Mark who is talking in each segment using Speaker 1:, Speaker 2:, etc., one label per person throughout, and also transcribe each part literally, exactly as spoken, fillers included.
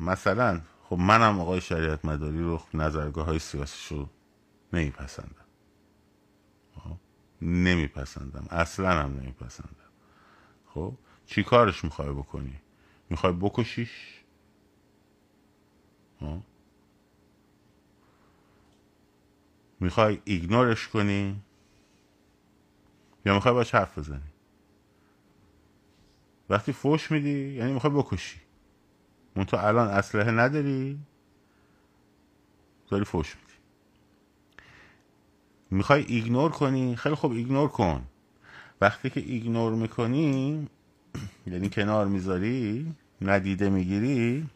Speaker 1: مثلا خب منم آقای شریعت مداری رو نظرگاه های سیاسی رو نمیپسندم، نمیپسندم اصلا هم نمیپسندم. خب چی کارش میخوای بکنی؟ میخوای بکشیش؟ میخوای ایگنورش کنی یا میخوای باش حرف بزنی؟ وقتی فوش میدی یعنی میخوای بکشی، اون تو الان اسلحه نداری داری فوش میدی. میخوای ایگنور کنی، خیلی خوب ایگنور کن. وقتی که ایگنور میکنی یعنی کنار میذاری، ندیده میگیری،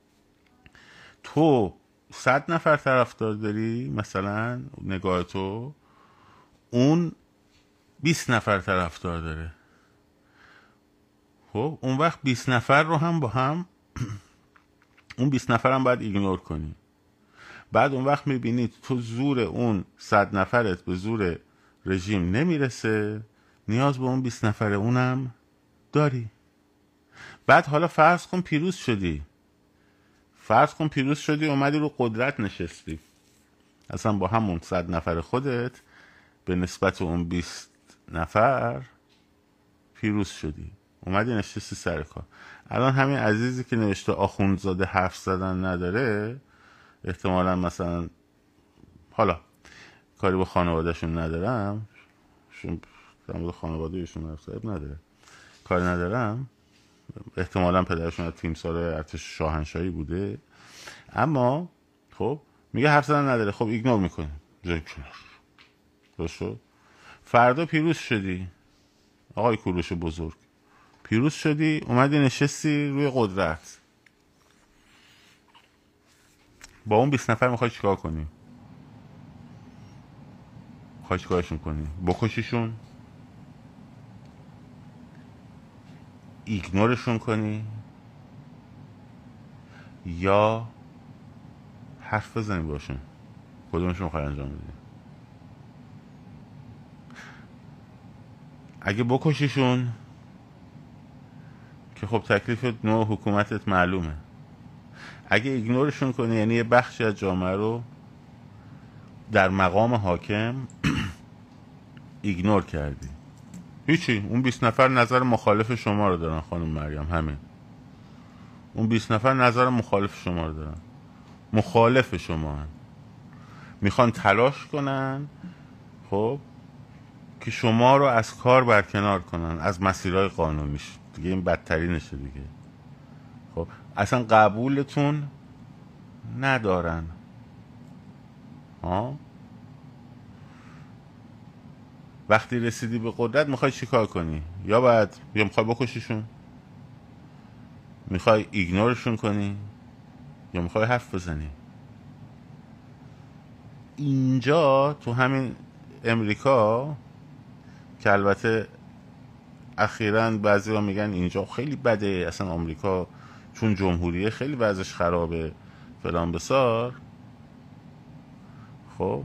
Speaker 1: تو صد نفر طرفدار داری مثلا نگاه تو، اون بیست نفر طرفدار داره. خب اون وقت بیست نفر رو هم با هم اون بیست نفر هم باید ایگنور کنی. بعد اون وقت میبینی تو زور اون صد نفرت به زور رژیم نمیرسه، نیاز به اون بیست نفر اونم داری. بعد حالا فرض کن پیروز شدی، فرض کن پیروز شدی اومدی رو قدرت نشستی، اصلا با همون صد نفر خودت به نسبت اون بیست نفر پیروز شدی، اومدی نشستی سر کار. الان همین عزیزی که نوشته آخوندزاده حرف زدن نداره، احتمالا مثلا حالا کاری با خانوادهشون ندارم، شون در مورد خانواده ایشون حرف زد نداره، کاری ندارم، احتمالا پدرشون از تیمسار ارتش شاهنشاهی بوده، اما خب میگه حرف زدن نداره، خب ایگنور میکنه جای کنار. درست شد؟ فردا پیروز شدی آقای کوروش بزرگ، پیروز شدی اومدی نشستی روی قدرت، با اون بیست نفر میخوای چیکار کنی؟ میخوای چیکارشون کنی؟ بکشیشون؟ ایگنورشون کنی؟ یا حرف بزنی باشون؟ کدومشون میخوای انجام بدی؟ اگه بکشیشون که خب تکلیف نوع حکومتت معلومه. اگه ایگنورشون کنی یعنی یه بخشی از جامعه رو در مقام حاکم ایگنور کردی. هیچی، اون بیست نفر نظر مخالف شما رو دارن خانم مریم، همین. اون بیست نفر نظر مخالف شما رو دارن، مخالف شما هن. میخوان تلاش کنن خب که شما رو از کار برکنار کنن، از مسیرهای قانونیش. دیگه این بدترینشه دیگه. خب اصلا قبولتون ندارن. ها وقتی رسیدی به قدرت میخوای چی کار کنی؟ یا باید یا میخوای بکشیشون، میخوای ایگنورشون کنی، یا میخوای حرف بزنی. اینجا تو همین امریکا که البته اخیراً بعضی ها میگن اینجا خیلی بده، اصلا امریکا چون جمهوریه خیلی وضعش خرابه فلان بسار. خب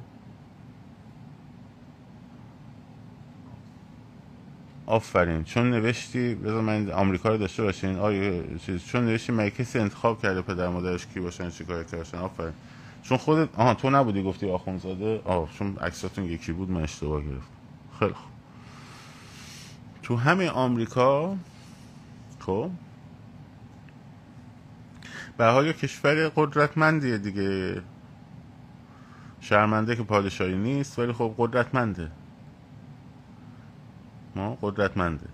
Speaker 1: آفرین، چون نوشتی بذار من آمریکا رو داشته باشین آیه چیز، چون نوشتی مگه کسی انتخاب کرده پدر مادرش کی باشن چیکار کردن. آفرین، چون خودت آها تو نبودی گفتی آخوندزاده، آه چون عکساتون یکی بود من اشتباه گرفتم. خیلی خوب، تو همین آمریکا خب به حال کشور قدرتمندیه دیگه، شرمنده که پادشاهی نیست ولی خب قدرتمنده، ما قدرتمنده،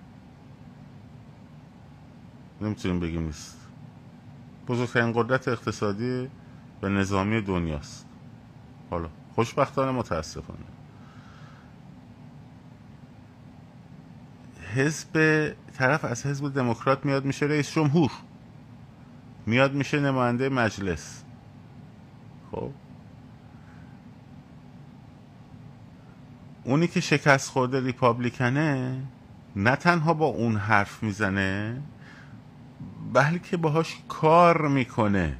Speaker 1: نمیتونیم بگیم نیست. بزرگترین قدرت اقتصادی و نظامی دنیاست. حالا خوشبختانه متاسفانه حزب طرف از حزب دموکرات میاد میشه رئیس جمهور، میاد میشه نماینده مجلس. خب اونی که شکست خورده ریپابلیکنه نه تنها با اون حرف میزنه بلکه باهاش کار میکنه.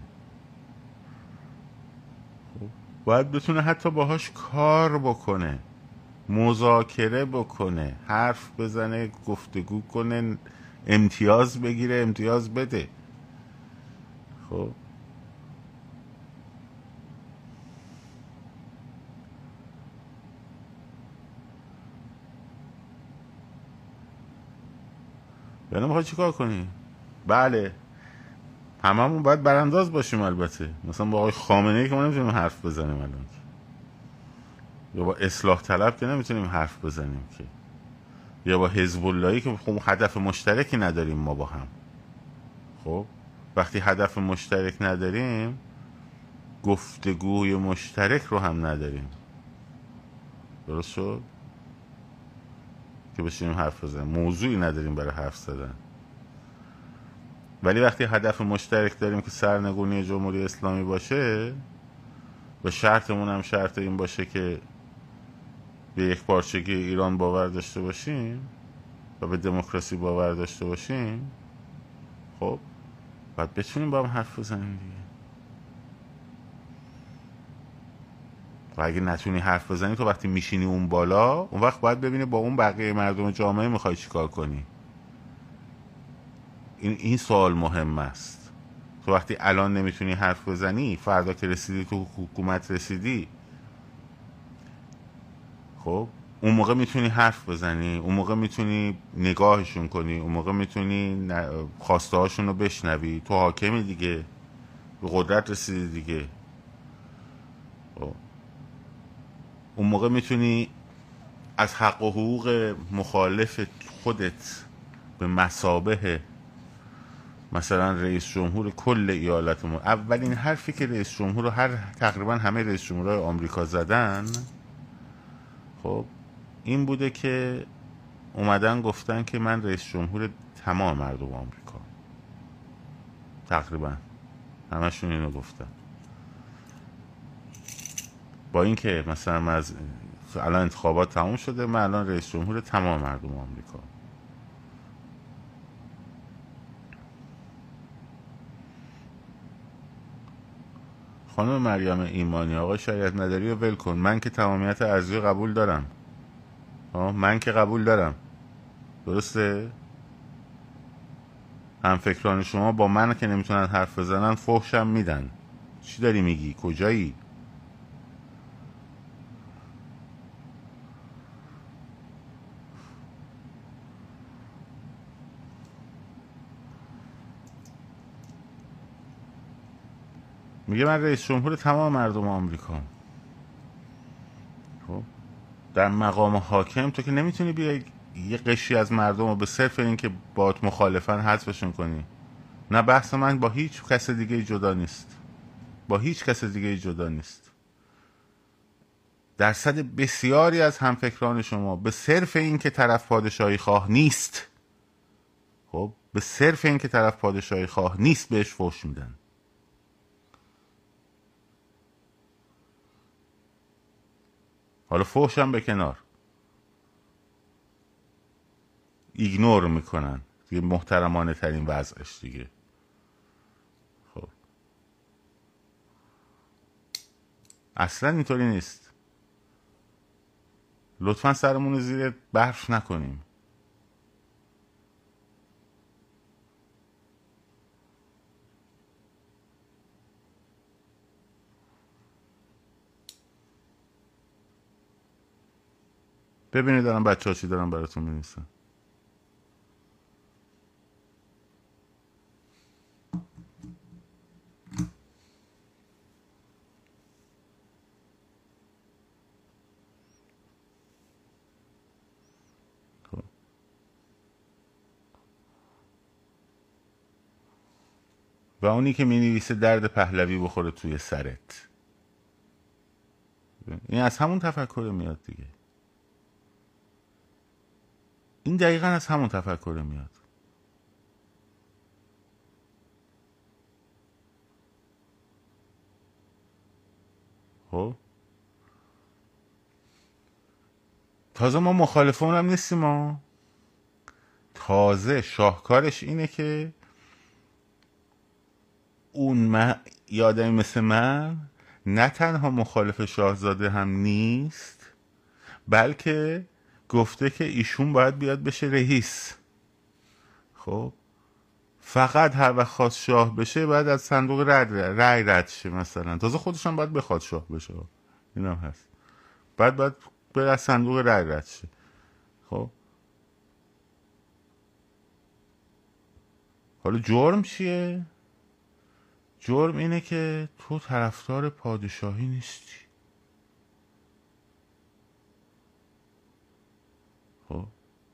Speaker 1: خب باید بتونه حتی باهاش کار بکنه، مذاکره بکنه، حرف بزنه، گفتگو کنه، امتیاز بگیره، امتیاز بده. خب یعنی میخوای چیکار کنی؟ بله هممون باید برانداز باشیم البته، مثلا با آقای خامنه ای که ما نمیتونیم حرف بزنیم الان، یا با اصلاح طلب که نمیتونیم حرف بزنیم که، یا با حزب اللهی که خب هدف مشترکی نداریم ما با هم. خب وقتی هدف مشترک نداریم، گفتگوی مشترک رو هم نداریم. درست شد؟ که بشینیم حرف بزنیم، موضوعی نداریم برای حرف زدن. ولی وقتی هدف مشترک داریم که سرنگونی جمهوری اسلامی باشه، و شرطمون هم شرط این باشه که به یک پارچگی ایران باور داشته باشیم و به دموکراسی باور داشته باشیم، خب باید بتونیم با هم حرف بزنیم دیگه. و اگه نتونی حرف بزنی، تو وقتی میشینی اون بالا، اون وقت باید ببینی با اون بقیه مردم جامعه میخوای چیکار کنی. این این سوال مهم است. تو وقتی الان نمیتونی حرف بزنی، فردا که رسیدی تو حکومت رسیدی، خب اون موقع میتونی حرف بزنی، اون موقع میتونی نگاهشون کنی، اون موقع میتونی خواسته هاشون رو بشنوی. تو حاکمی دیگه، به قدرت رسیدی دیگه. خب اون موقع میتونی از حق و حقوق مخالف خودت به مثابه مثلا رئیس جمهور کل ایالتمون، اولین حرفی که رئیس جمهور رو هر تقریبا همه رئیس جمهورهای آمریکا زدن، خب این بوده که اومدن گفتن که من رئیس جمهور تمام مردم آمریکا. تقریبا همشون اینو گفتن. با اینکه مثلا من از الان انتخابات تموم شده، من الان رئیس جمهور تمام مردم آمریکا. خانم مریم ایمانی، آقای شریعت مداری رو ول کن، من که تمامیت ارضی قبول دارم. آه من که قبول دارم، درسته؟ هم فکران شما با من که نمیتونن حرف بزنن فحشم میدن. چی داری میگی؟ کجایی؟ میگه من رئیس جمهور تمام مردم آمریکا. خب در مقام حاکم تو که نمیتونی بیای یه قشری از مردم رو به صرف این که باهات مخالفن حذفشون کنی. نه، بحث من با هیچ کس دیگه جدا نیست، با هیچ کس دیگه جدا نیست. درصد بسیاری از همفکران شما به صرف این که طرف پادشاهی خواه نیست، خب به صرف این که طرف پادشاهی خواه نیست بهش فحش میدن. حالا فحش هم به کنار، ایگنور میکنن دیگه، محترمانه ترین وضعش دیگه. خب اصلا اینطوری نیست. لطفا سرمون رو زیر برف نکنیم. ببینید دارم بچه ها چی دارم براتون می‌نویسن. خب و اونی که می‌نویسه درد پهلوی بخوره توی سرت، این از همون تفکر میاد دیگه. این دقیقا از همون تفکر میاد. خب تازه ما مخالف اونم نیستیم ما. تازه شاهکارش اینه که اون من یادمی مثل من نه تنها مخالف شاهزاده هم نیست، بلکه گفته که ایشون باید بیاد بشه رئیس. خب فقط هر وقت خواست شاه بشه باید از صندوق رد رای رد شه مثلا. تازه خودش هم باید بخواد شاه بشه، اینم هست. بعد باید بره از صندوق رای رد شه. خب حالا جرم چیه؟ جرم اینه که تو طرفدار پادشاهی نیستی. خب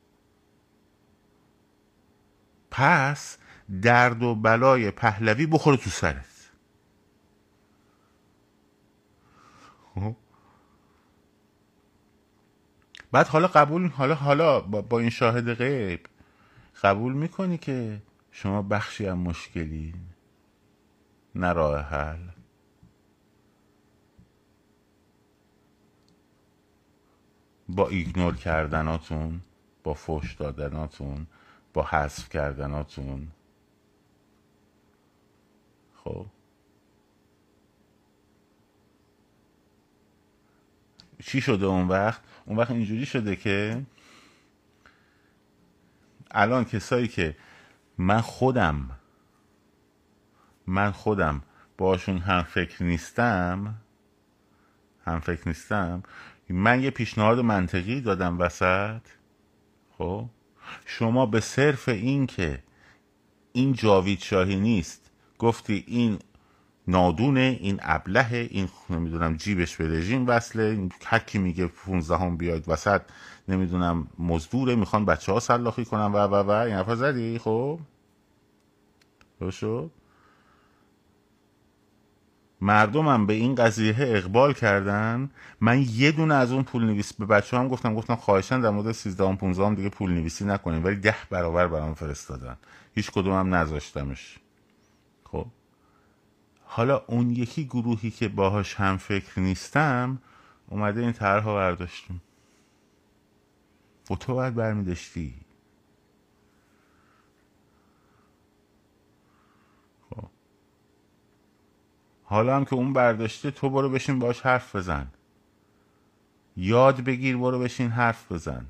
Speaker 1: پس درد و بلای پهلوی بخوره تو سرت. خب بعد حالا قبول حالا حالا با, با این شاهد غیب قبول میکنی که شما بخشی از مشکلی، نه راه حل. با ایگنور کردناتون، با فوش دادناتون، با حذف کردناتون. خب چی شده اون وقت؟ اون وقت اینجوری شده که الان کسایی که من خودم من خودم باشون هم فکر نیستم هم فکر نیستم من یه پیشنهاد منطقی دادم وسط. خب شما به صرف این که این جاوید شاهی نیست گفتی این نادونه، این ابلهه، این نمیدونم جیبش به رژیم وصله، این هر کی میگه پونزده هم بیاید وسط نمیدونم مزدوره میخوان بچه ها سلاخی کنن و و و این حرفا زدی. خب شد مردمم به این قضیه اقبال کردن. من یه دونه از اون پول نویس به بچه هم گفتم گفتم خواهشن در مورد سیزده هم پونزده هم دیگه پول نویسی نکنیم، ولی ده برابر برام فرستادن، هیچ کدوم هم نذاشتمش. خب حالا اون یکی گروهی که باهاش هم فکر نیستم اومده این طرحو برداشتم و تو باید برمیداشتی. خب حالا هم که اون برداشته تو برو بشین باهاش حرف بزن، یاد بگیر، برو بشین حرف بزن.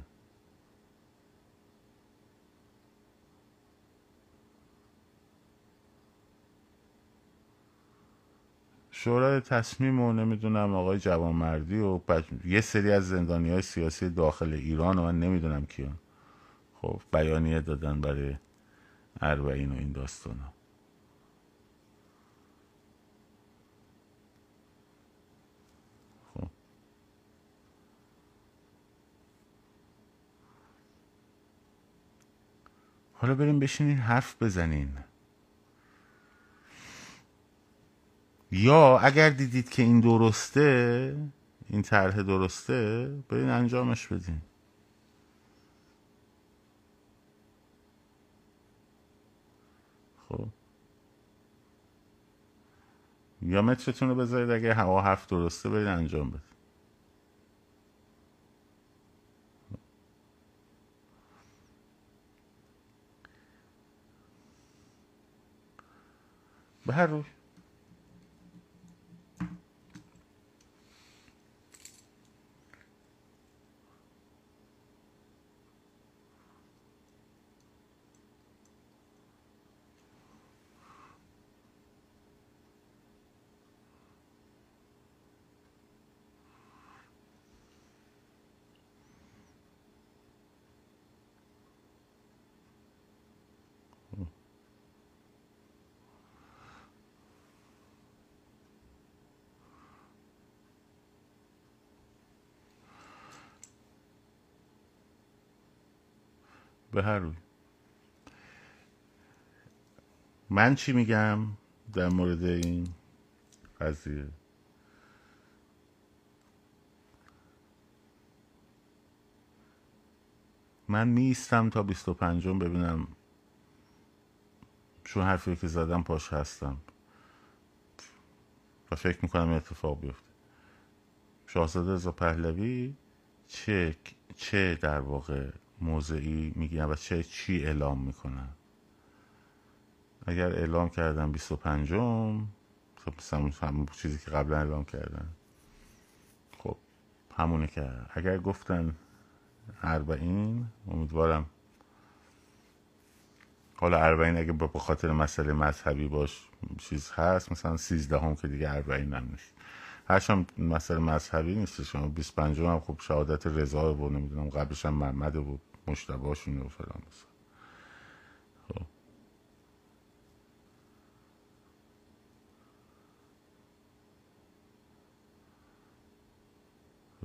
Speaker 1: شورای تصمیم و نمیدونم آقای جوانمردی و یه سری از زندانی های سیاسی داخل ایران و من نمیدونم کیان خب بیانیه دادن برای اربعین و این داستان ها. خب حالا بریم بشینین حرف بزنین، یا اگر دیدید که این درسته، این طرح درسته، برین انجامش بدین. خب یا مترتون رو بذارید اگه هوا حرف درسته برین انجام بدین. به هر روی به هر روی من چی میگم در مورد این قضیه؟ من میستم تا بیست و پنجم ببینم، چون حرفی که زدم پاش هستم و فکر میکنم اتفاق بیفته. شاهزاده رضا پهلوی چه چه در واقع موضعی میگن و چه چی اعلام میکنن. اگر اعلام کردن بیست و پنجم خب مثلا همون چیزی که قبلا اعلام کردن خب همونه که اگر گفتن اربعین، امیدوارم حالا اربعین اگه به خاطر مسئله مذهبی باش چیز هست مثلا سیزده هم که دیگه اربعین هم نیست، هرچند مسئله مذهبی نیست. شما بیست و پنجم هم خب شهادت رضا و نمیدونم قبلش هم محمد و مجتبی شون و فلان. خب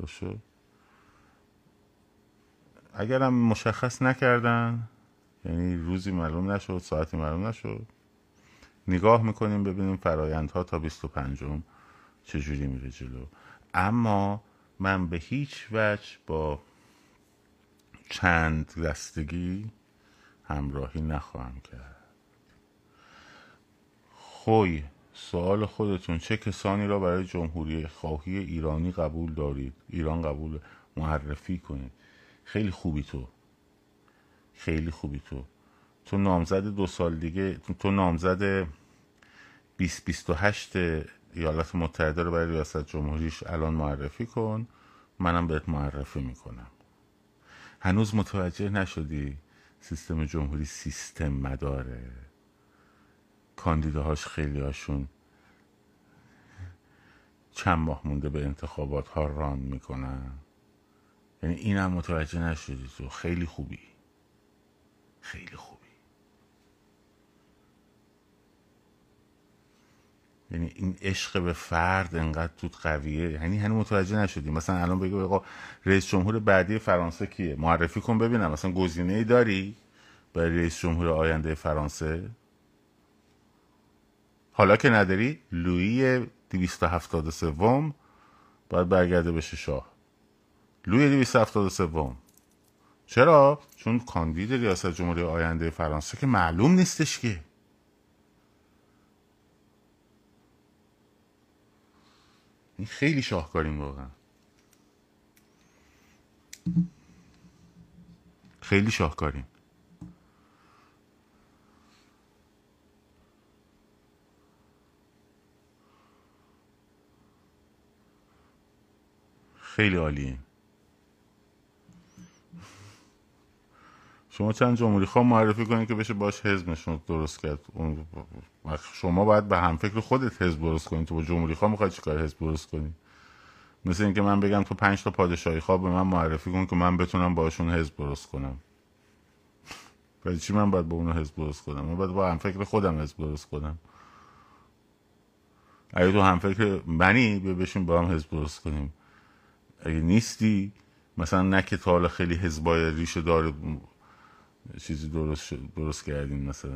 Speaker 1: درسته؟ اگرم مشخص نکردن، یعنی روزی معلوم نشد، ساعتی معلوم نشد، نگاه میکنیم ببینیم فرایندها تا بیست و پنجم چجوری میره جلو. اما من به هیچ وجه با چند دستگی همراهی نخواهم کرد. خوی سوال خودتون، چه کسانی را برای جمهوری خواهی ایرانی قبول دارید؟ ایران قبول معرفی کنید. خیلی خوبی تو، خیلی خوبی تو تو نامزد دو سال دیگه، تو نامزد بیست بیست و هشت ایالات متحده رو برای ریاست جمهوریش الان معرفی کن، منم بهت معرفی میکنم. هنوز متوجه نشدی سیستم جمهوری سیستم مداره، کاندیداهاش خیلی هاشون چند ماه مونده به انتخابات ها ران میکنن؟ یعنی اینم متوجه نشدی تو؟ خیلی خوبی، خیلی خوبی. یعنی این عشق به فرد انقدر توت قویه، یعنی هنوز متوجه نشدی. مثلا الان بگو آقا رئیس جمهور بعدی فرانسه کیه؟ معرفی کن ببینم. مثلا گزینه ای داری برای رئیس جمهور آینده فرانسه؟ حالا که نداری، لویی دویست و هفتاد و سوم باید برگرده بشه شاه. لویی دویست و هفتاد و سوم. چرا؟ چون کاندید ریاست جمهوری آینده فرانسه که معلوم نیستش که. این خیلی شاهکاریم واقعا، خیلی شاهکاریم. خیلی عالیه. شما چند جمهوری خواه معرفی کنید که بشه باش حزبشون درست کرد. اون شما باید به هم فکر خودت حزب درست کنید. تو با جمهوری خواه میخوای چیکار حزب درست کنی؟ مثل اینکه من بگم تو پنج تا پادشاهی خواه به من معرفی کن که من بتونم باشون حزب درست کنم. برای چی من باید با اونو حزب درست کنم؟ من باید با هم فکر خودم حزب درست کنم. اگه تو هم فکر منی بشین با هم حزب درست کنیم. اگه نیستی، مثلا نه که تا حالا خیلی حزبای ریشه داره چیزی درست درست کردیم مثلا.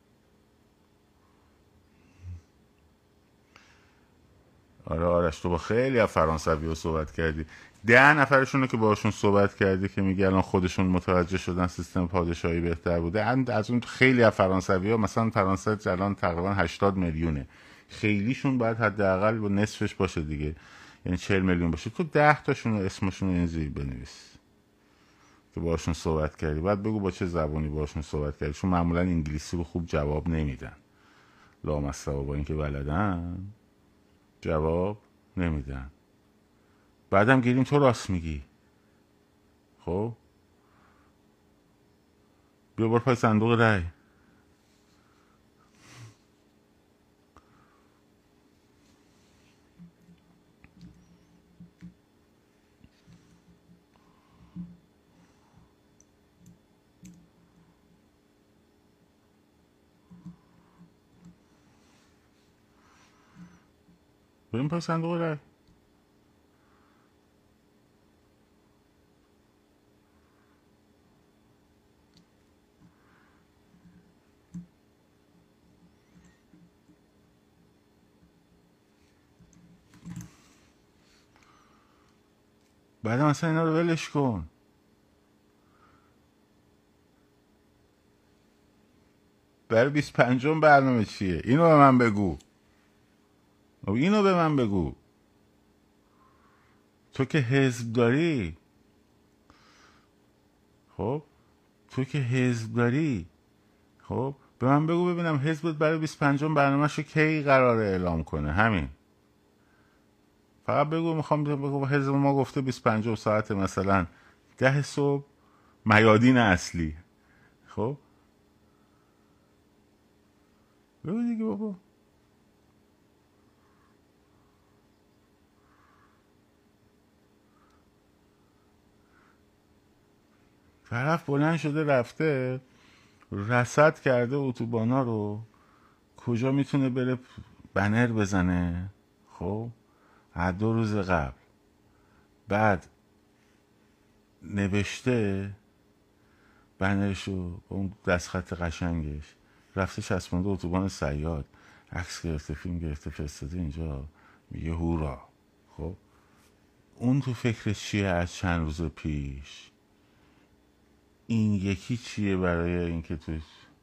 Speaker 1: آره آرش، تو با خیلی از فرانسوی ها صحبت کردی. ده نفرشون رو که باشون صحبت کردی که میگه الان خودشون متوجه شدن سیستم پادشاهی بهتر بوده، از اون خیلی از فرانسوی ها، مثلا فرانسه الان تقریبا هشتاد میلیونه، خیلیشون باید حداقل با نصفش باشه دیگه، یعنی چهل میلیون باشه. تو ده تاشون رو اسمشون رو اینجوری بنویس که باشون صحبت کردی. بعد بگو با چه زبانی باشون صحبت کردی، چون معمولا انگلیسی رو خوب جواب نمیدن، لامصب با اینکه بلدن جواب نمیدن. بعدم گیریم تو راست میگی. خب بیا بار پای صندوق رای. بریم پای صندوق رای. بعد مثلا اینا رو ولش کن. برای بیست پنجم برنامه چیه؟ اینو به من بگو. اینو به من بگو. تو که حزب داری، خب تو که حزب داری، خب به من بگو ببینم حزبت برای بیست پنجم برنامه‌شو کی قراره اعلام کنه. همین، فقط بگو میخوام بگو حزب ما گفته بیست پنجم ساعت مثلا ده صبح میادین اصلی. خب بگو دیگه بابا. طرف بلند شده رفته رصد کرده اتوبانا رو، کجا میتونه بره بنر بزنه. خب از دو روز قبل بعد نوشته بنرشو با اون دستخط قشنگش، رفته چسبونده اتوبان صیاد، عکس گرفته، فیلم گرفته، فرستاده اینجا، میگه هورا. خب اون تو فکرش چیه از چند روز پیش؟ این یکی چیه برای اینکه تو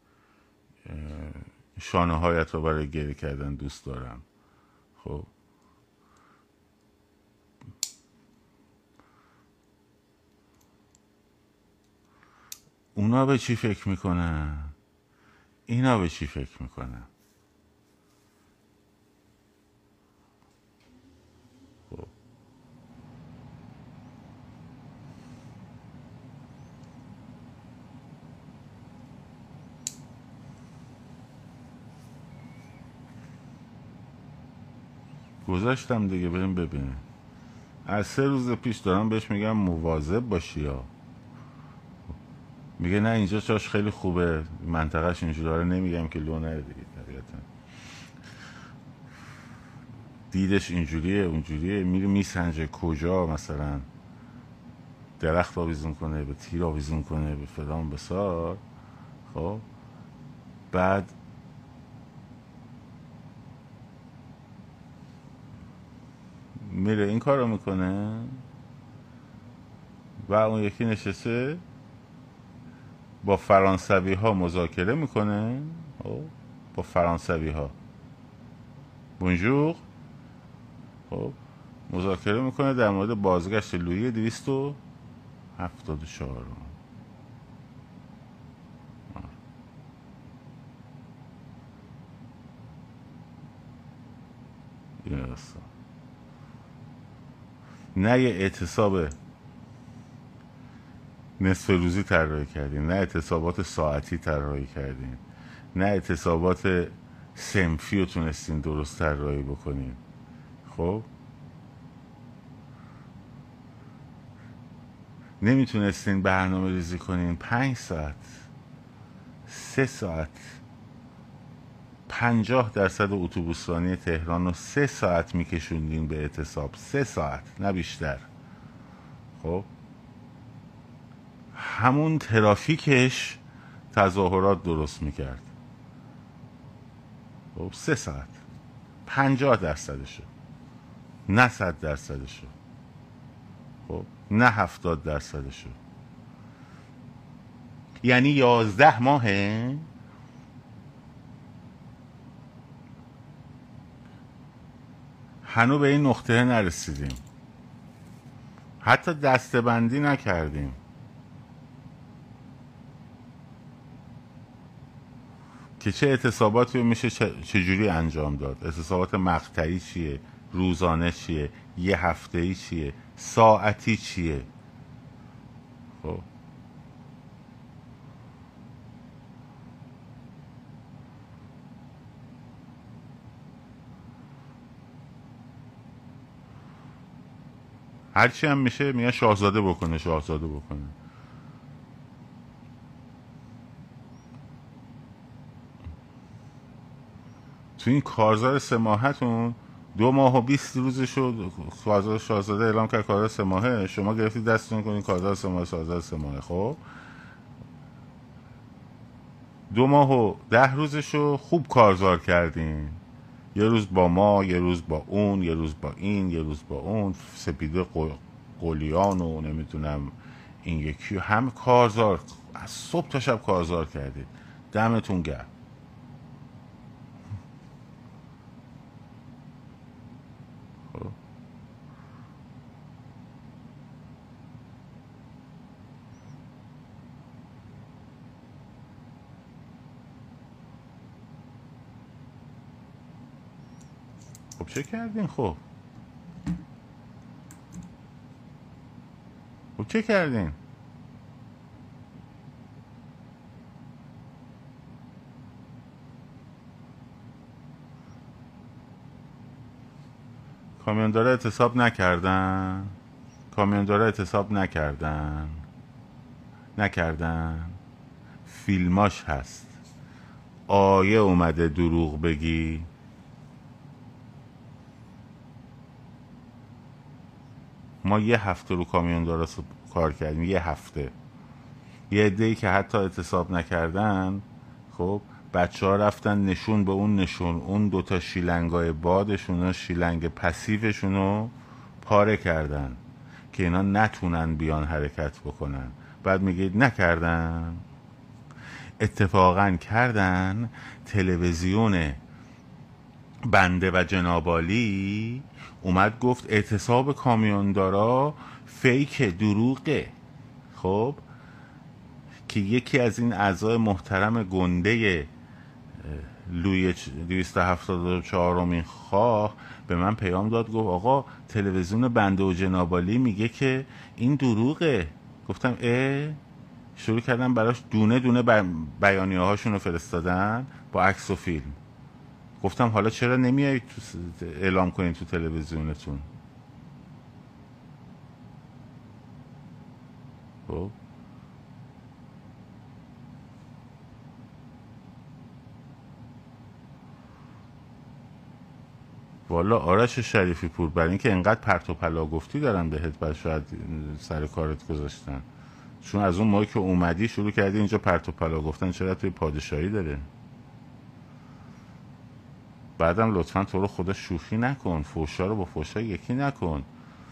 Speaker 1: شانه هایت رو برای گریه کردن دوست دارم. خب اونا به چی فکر میکنن؟ اینا به چی فکر میکنن؟ خب گذاشتم دیگه، بریم ببینیم. از سه روز پیش دارم بهش میگم مواظب باشی یا میگه نه اینجا چاش خیلی خوبه، منطقهش اینجوری داره، نمیگم که لو نره دیگه، طبیعتا دیدش اینجوریه اونجوریه، میره میسنجه کجا مثلا درخت آویزون کنه، به تیر آویزون کنه، به فلان بسار. خب بعد میره این کار رو میکنه و اون یکی نشسته با فرانسوی ها مذاکره میکنه. خب با فرانسوی ها بونجور. خب مذاکره میکنه در مورد بازگشت لویی دویست و هفتاد و چهار. نه یه اعتصاب نصف روزی طراحی کردیم، نه اعتصابات ساعتی طراحی کردیم، نه اعتصابات صنفی رو تونستین درست طراحی بکنین. خب نمیتونستین برنامه ریزی کنین پنج ساعت، سه ساعت، پنجاه درصد اتوبوسرانی تهران رو سه ساعت میکشوندین به اعتصاب، سه ساعت نه بیشتر. خب همون ترافیکش تظاهرات درست میکرد. خب سه ساعت، پنجاه درصدشو، نه صد درصدشو، خب نه هفتاد درصدشو. یعنی یازده ماهه هنو به این نقطه نرسیدیم، حتی دستبندی نکردیم. که چه اعتصاباتی رو میشه چجوری انجام داد. اعتصابات مقطعی چیه، روزانه چیه، یه هفته‌ای چیه، ساعتی چیه. خب هرچی هم میشه میگه شاهزاده بکنه، شاهزاده بکنه. تو این کارزار سه ماهتون دو ماه و بیست روزشو کارزار شاهزاده اعلام کرد کارزار سه ماهه، شما گرفتید دستتون کنید کارزار سه ماهه، کارزار سه ماهه. خب دو ماه و ده روزشو خوب کارزار کردین، یه روز با ما، یه روز با اون، یه روز با این، یه روز با اون، سپیده قلیان و نمیتونم این یکی، همه کارزار، از صبح تا شب کارزار کردید، دمتون گرم. خب خب چه کردین؟ خب خب چه کردین؟ کامیوندارا اعتصاب نکردن، کامیوندارا اعتصاب نکردن، نکردن. فیلماش هست. آیه اومده دروغ بگی. ما یه هفته رو کامیون درست کار کردیم، یه هفته. یه عده‌ای که حتی اعتصاب نکردن، خب بچه ها رفتن نشون به اون نشون، اون دوتا شیلنگای بادشون و شیلنگ پسیوشون رو پاره کردن که اینا نتونن بیان حرکت بکنن. بعد میگید نکردن؟ اتفاقا کردن. تلویزیون بنده و جنابالی اومد گفت اعتصاب کامیوندارا فیک، دروغه. خب که یکی از این اعضای محترم گنده لوی دویست و هفتاد و چهارمین خواه به من پیام داد، گفت آقا تلویزیون بنده و جنابالی میگه که این دروغه. گفتم اه. شروع کردم براش دونه دونه بیانیه هاشون رو فرستادن با عکس و فیلم. گفتم حالا چرا نمیای تو اعلام کنین تو تلویزیونتون؟ خب والا آرش شریفی پور، برای اینکه انقدر پرت و پلا گفتی دارن بهت، بعد شاید سر کارت گذاشتن، چون از اون موقع که اومدی شروع کردی اینجا پرت و پلا گفتن. چرا توی پادشاهی داره؟ بعدم لطفا تو رو خدا شوخی نکن، فوشا رو با فوشا یکی نکن.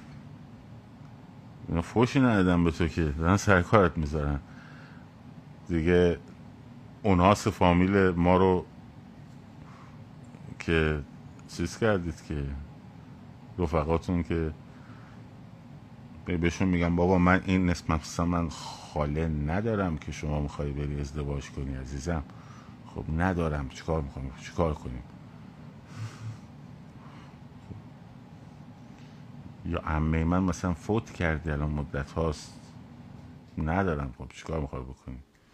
Speaker 1: اینا فوشی ندادن به تو که دارن سر کارت میذارن دیگه. اوناس فامیل ما رو که چیز کردید که رفقاتون که بهشون میگم بابا من این نسبت مثلا من خاله ندارم که شما میخوای بری ازدواج کنی عزیزم. خب ندارم، چیکار میکنیم؟ چیکار کنیم؟ یا عمه من مثلا فوت کرده الان مدت هاست، ندارم. خب چیکار میخوای بکنی؟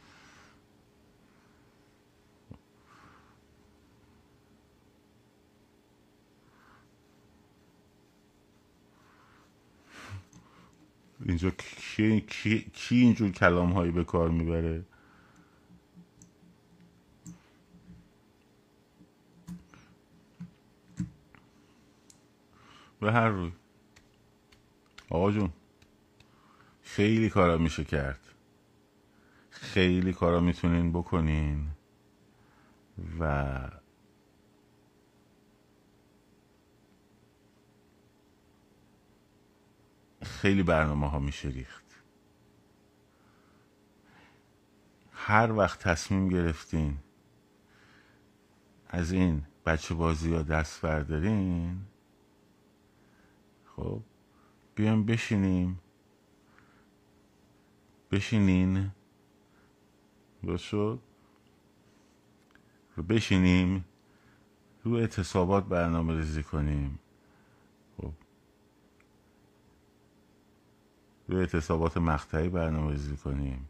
Speaker 1: اینجا کی, کی, کی اینجور کلام هایی به کار میبره؟ به هر روی آقا جون خیلی کارا میشه کرد، خیلی کارا میتونین بکنین و خیلی برنامه ها میشه ریخت. هر وقت تصمیم گرفتین از این بچه بازی ها دست بردارین، خب بیایم بشینیم بشینین درست شد رو بشینیم رو اعتصابات برنامه ریزی کنیم. خب رو اعتصابات مقطعی برنامه ریزی کنیم،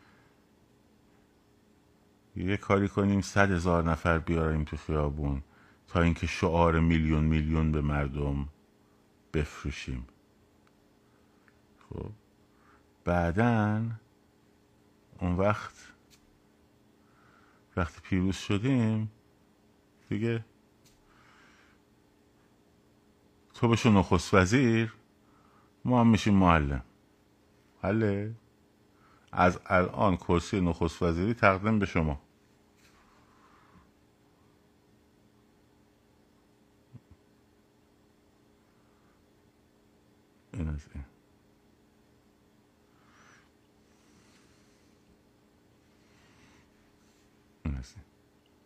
Speaker 1: یه کاری کنیم صد هزار نفر بیاریم تو خیابون تا اینکه شعار میلیون میلیون به مردم بفروشیم. خب بعدن اون وقت وقتی پیروز شدیم دیگه تو بشو نخست وزیر، ما هم میشیم معلم. حله؟ از الان کرسی نخست وزیری تقدیم به شما. این از این. این از این.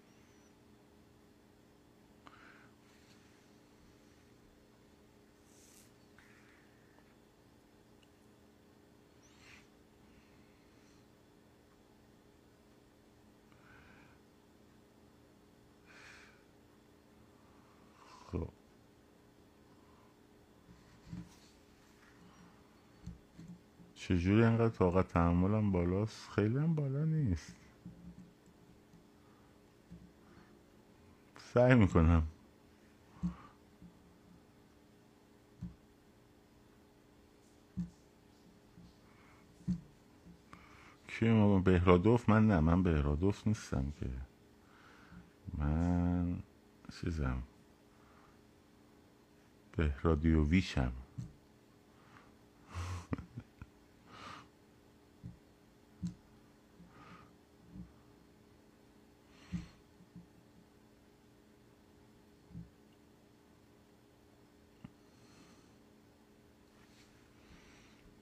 Speaker 1: خب چجوری انقدر طاقت تحملم بالاست؟ خیلی هم بالا نیست، سعی میکنم. کی ما بهرادوف؟ من نه، من بهرادوف نیستم که، من چیزم بهرادیوویچم.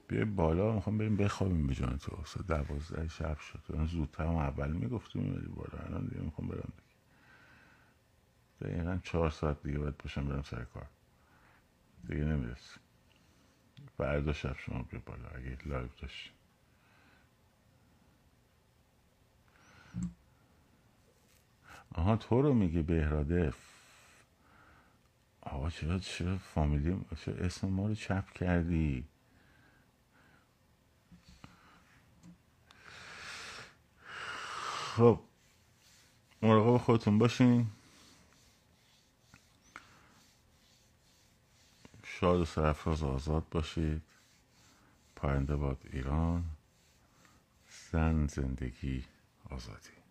Speaker 1: بیا بالا، میخوام بریم بخوابیم به جان تو. ساعت دوازده شب شد. اون زودتر هم اول میگفتیم میبری بالا، الان دیگه میخوام برم دیگه. دقیقا چهار ساعت دیگه باید باشم برم سر کار، دیگه نمیرسیم. فردا شب شما بیا بالا اگه لایو داشتی. آها تو رو میگه بهراده. آقا چرا چرا فامیلی چرا اسم ما رو چپ کردی؟ خب مراقب خودتون باشین. شاد و سرفراز آزاد باشید. پاینده باد ایران. زن، زندگی، آزادی.